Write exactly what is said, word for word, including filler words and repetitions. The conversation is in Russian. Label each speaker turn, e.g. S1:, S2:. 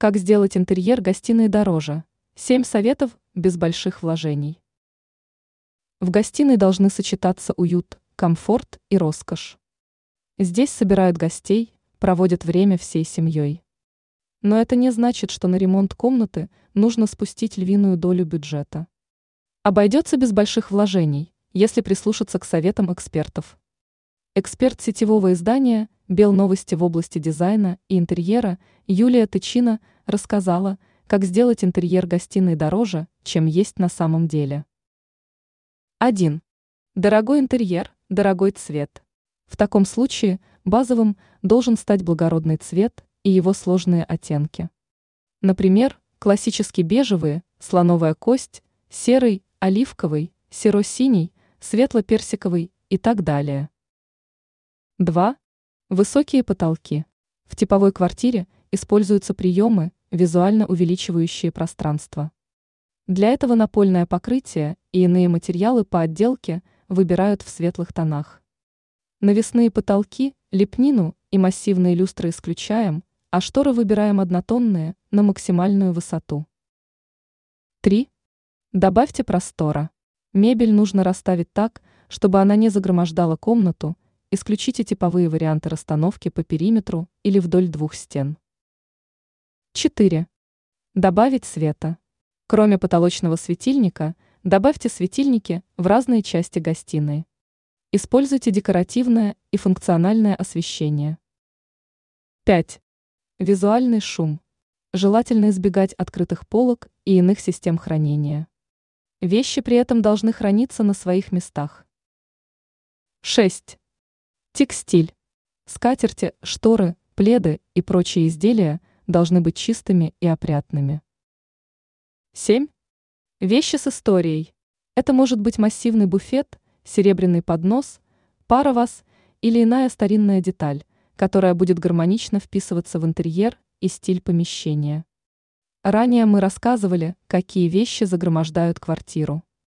S1: Как сделать интерьер гостиной дороже? Семь советов без больших вложений. В гостиной должны сочетаться уют, комфорт и роскошь. Здесь собирают гостей, проводят время всей семьей. Но это не значит, что на ремонт комнаты нужно спустить львиную долю бюджета. Обойдется без больших вложений, если прислушаться к советам экспертов. Эксперт сетевого издания «Белновости» в области дизайна и интерьера Юлия Тычина рассказала, как сделать интерьер гостиной дороже, чем есть на самом деле. один. Дорогой интерьер, дорогой цвет. В таком случае базовым должен стать благородный цвет и его сложные оттенки. Например, классически бежевые, слоновая кость, серый, оливковый, серо-синий, светло-персиковый и так далее. два. Высокие потолки. В типовой квартире используются приемы, визуально увеличивающие пространство. Для этого напольное покрытие и иные материалы по отделке выбирают в светлых тонах. Навесные потолки, лепнину и массивные люстры исключаем, а шторы выбираем однотонные на максимальную высоту. три. Добавьте простора. Мебель нужно расставить так, чтобы она не загромождала комнату. Исключите типовые варианты расстановки по периметру или вдоль двух стен. четыре. Добавить света. Кроме потолочного светильника, добавьте светильники в разные части гостиной. Используйте декоративное и функциональное освещение. пять. Визуальный шум. Желательно избегать открытых полок и иных систем хранения. Вещи при этом должны храниться на своих местах. шесть. Текстиль. Скатерти, шторы, пледы и прочие изделия должны быть чистыми и опрятными. семь. Вещи с историей. Это может быть массивный буфет, серебряный поднос, пароваз или иная старинная деталь, которая будет гармонично вписываться в интерьер и стиль помещения. Ранее мы рассказывали, какие вещи загромождают квартиру.